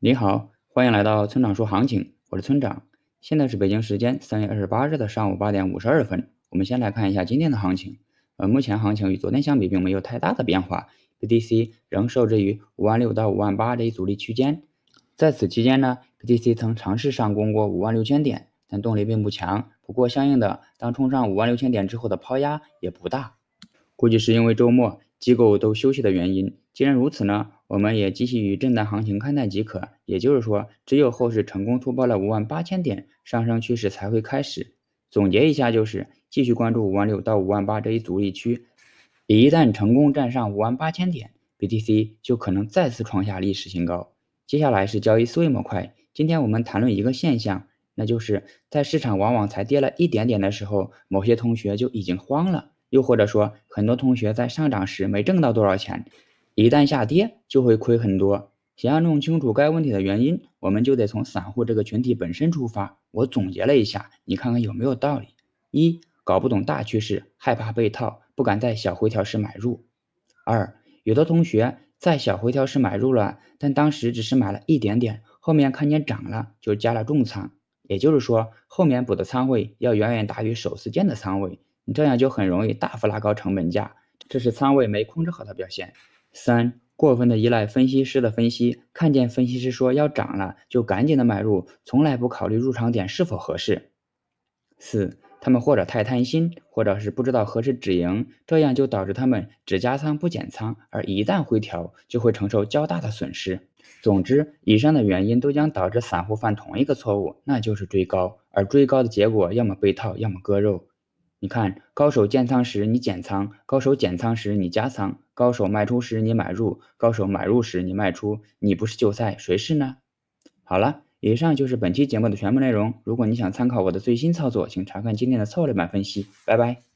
你好，欢迎来到村长说行情，我是村长。现在是北京时间3月28日的上午8点52分。我们先来看一下今天的行情。目前行情与昨天相比并没有太大的变化，BTC 仍受制于56000到58000这一阻力区间。在此期间呢，BTC 曾尝试上攻过56000点，但动力并不强。不过相应的，当冲上56000点之后的抛压也不大。估计是因为周末机构都休息的原因。既然如此呢，我们也继续以震荡行情看待即可。也就是说，只有后市成功突破了58000点，上升趋势才会开始。总结一下就是，继续关注56000到58000这一阻力区，一旦成功站上58000点，BTC 就可能再次创下历史新高。接下来是交易思维模块。今天我们谈论一个现象，那就是在市场往往才跌了一点点的时候，某些同学就已经慌了。又或者说，很多同学在上涨时没挣到多少钱，一旦下跌就会亏很多。想要弄清楚该问题的原因，我们就得从散户这个群体本身出发。我总结了一下，你看看有没有道理。一、搞不懂大趋势，害怕被套，不敢在小回调时买入。二、有的同学在小回调时买入了，但当时只是买了一点点，后面看见涨了就加了重仓。也就是说，后面补的仓位要远远大于首次建的仓位，你这样就很容易大幅拉高成本价，这是仓位没控制好的表现。三、过分的依赖分析师的分析，看见分析师说要涨了，就赶紧的买入，从来不考虑入场点是否合适。四、他们或者太贪心，或者是不知道何时止盈，这样就导致他们只加仓不减仓，而一旦回调，就会承受较大的损失。总之，以上的原因都将导致散户犯同一个错误，那就是追高，而追高的结果要么被套，要么割肉。你看，高手建仓时你减仓，高手减仓时你加仓，高手卖出时你买入，高手买入时你卖出，你不是韭菜谁是呢？好了，以上就是本期节目的全部内容。如果你想参考我的最新操作，请查看今天的策略版分析。拜拜。